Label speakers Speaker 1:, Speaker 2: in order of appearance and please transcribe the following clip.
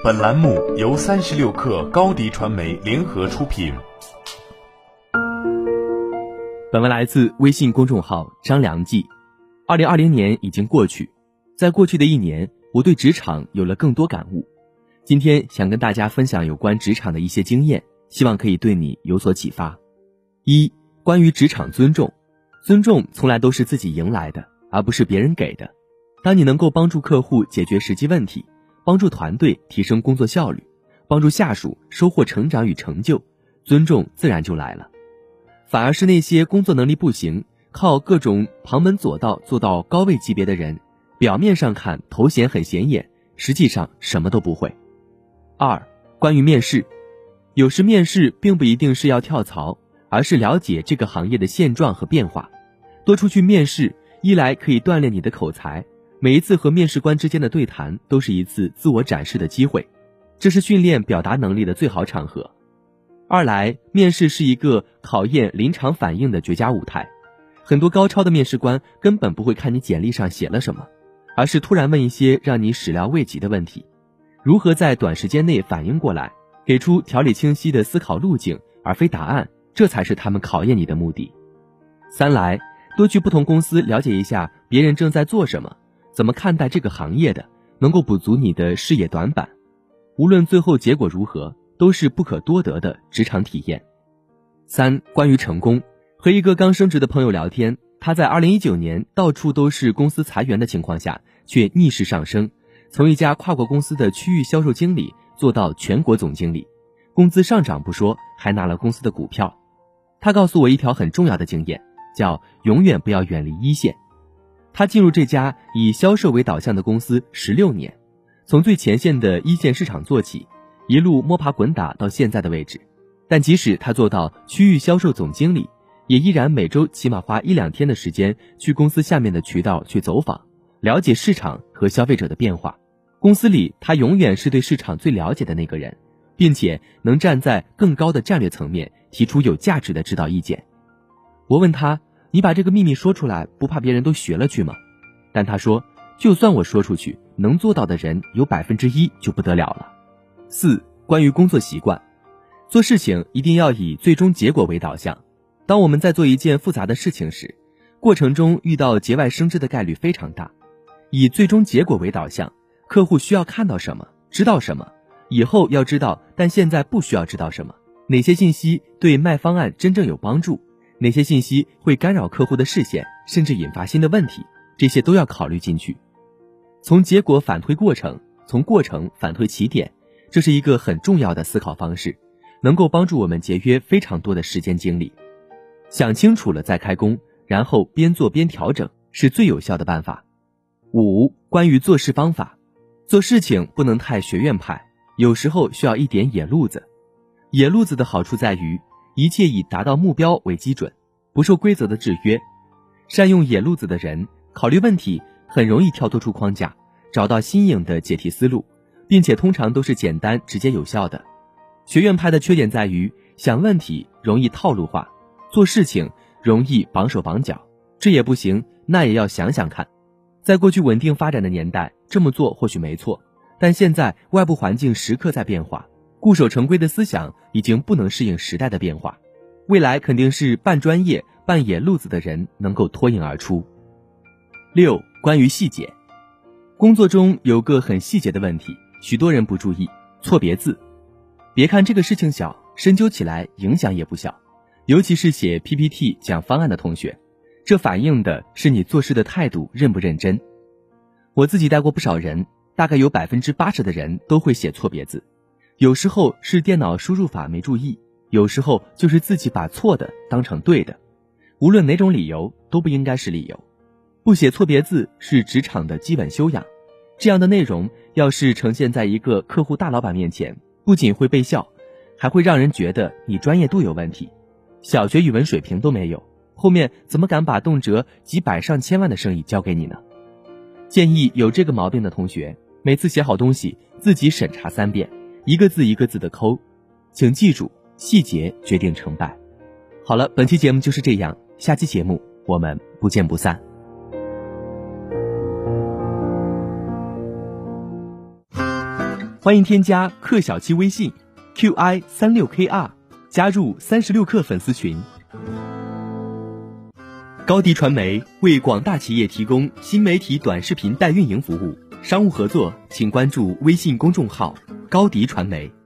Speaker 1: 本栏目由36氪高迪传媒联合出品。
Speaker 2: 本文来自微信公众号张良记。2020年已经过去，在过去的一年，我对职场有了更多感悟。今天想跟大家分享有关职场的一些经验，希望可以对你有所启发。一、关于职场尊重。尊重从来都是自己赢来的，而不是别人给的。当你能够帮助客户解决实际问题，帮助团队提升工作效率，帮助下属收获成长与成就，尊重自然就来了。反而是那些工作能力不行，靠各种旁门左道做到高位级别的人，表面上看头衔很显眼，实际上什么都不会。二、关于面试。有时面试并不一定是要跳槽，而是了解这个行业的现状和变化。多出去面试，一来可以锻炼你的口才，每一次和面试官之间的对谈都是一次自我展示的机会，这是训练表达能力的最好场合。二来，面试是一个考验临场反应的绝佳舞台。很多高超的面试官根本不会看你简历上写了什么，而是突然问一些让你始料未及的问题。如何在短时间内反应过来，给出条理清晰的思考路径，而非答案，这才是他们考验你的目的。三来，多去不同公司了解一下别人正在做什么，怎么看待这个行业的，能够补足你的视野短板。无论最后结果如何，都是不可多得的职场体验。三、关于成功。和一个刚升职的朋友聊天，他在2019年到处都是公司裁员的情况下，却逆势上升，从一家跨国公司的区域销售经理做到全国总经理，工资上涨不说，还拿了公司的股票。他告诉我一条很重要的经验，叫永远不要远离一线。他进入这家以销售为导向的公司16年，从最前线的一线市场做起，一路摸爬滚打到现在的位置。但即使他做到区域销售总经理，也依然每周起码花1-2天的时间去公司下面的渠道去走访，了解市场和消费者的变化。公司里他永远是对市场最了解的那个人，并且能站在更高的战略层面提出有价值的指导意见。我问他，你把这个秘密说出来，不怕别人都学了去吗？但他说，就算我说出去，能做到的人有1%就不得了了。四、关于工作习惯。做事情一定要以最终结果为导向。当我们在做一件复杂的事情时，过程中遇到节外生枝的概率非常大。以最终结果为导向，客户需要看到什么，知道什么，以后要知道但现在不需要知道什么，哪些信息对卖方案真正有帮助，哪些信息会干扰客户的视线，甚至引发新的问题，这些都要考虑进去。从结果反推过程，从过程反推起点，这是一个很重要的思考方式，能够帮助我们节约非常多的时间精力。想清楚了再开工，然后边做边调整，是最有效的办法。五、关于做事方法。做事情不能太学院派，有时候需要一点野路子。野路子的好处在于，一切以达到目标为基准，不受规则的制约。善用野路子的人，考虑问题很容易跳脱出框架，找到新颖的解题思路，并且通常都是简单直接有效的。学院派的缺点在于，想问题容易套路化，做事情容易绑手绑脚，这也不行，那也要想想看。在过去稳定发展的年代，这么做或许没错，但现在外部环境时刻在变化，固守成规的思想已经不能适应时代的变化，未来肯定是半专业半野路子的人能够脱颖而出。六、关于细节。工作中有个很细节的问题，许多人不注意，错别字。别看这个事情小，深究起来影响也不小，尤其是写 PPT 讲方案的同学，这反映的是你做事的态度认不认真。我自己带过不少人，大概有80%的人都会写错别字，有时候是电脑输入法没注意，有时候就是自己把错的当成对的。无论哪种理由都不应该是理由。不写错别字是职场的基本修养，这样的内容要是呈现在一个客户大老板面前，不仅会被笑，还会让人觉得你专业度有问题，小学语文水平都没有，后面怎么敢把动辄几百上千万的生意交给你呢？建议有这个毛病的同学，每次写好东西自己审查3遍，一个字一个字的抠。请记住，细节决定成败。好了，本期节目就是这样，下期节目我们不见不散。 欢迎添加克小七微信 QI36KR， 加入36氪粉丝群。高迪传媒为广大企业提供新媒体短视频代运营服务，商务合作请关注微信公众号高迪传媒。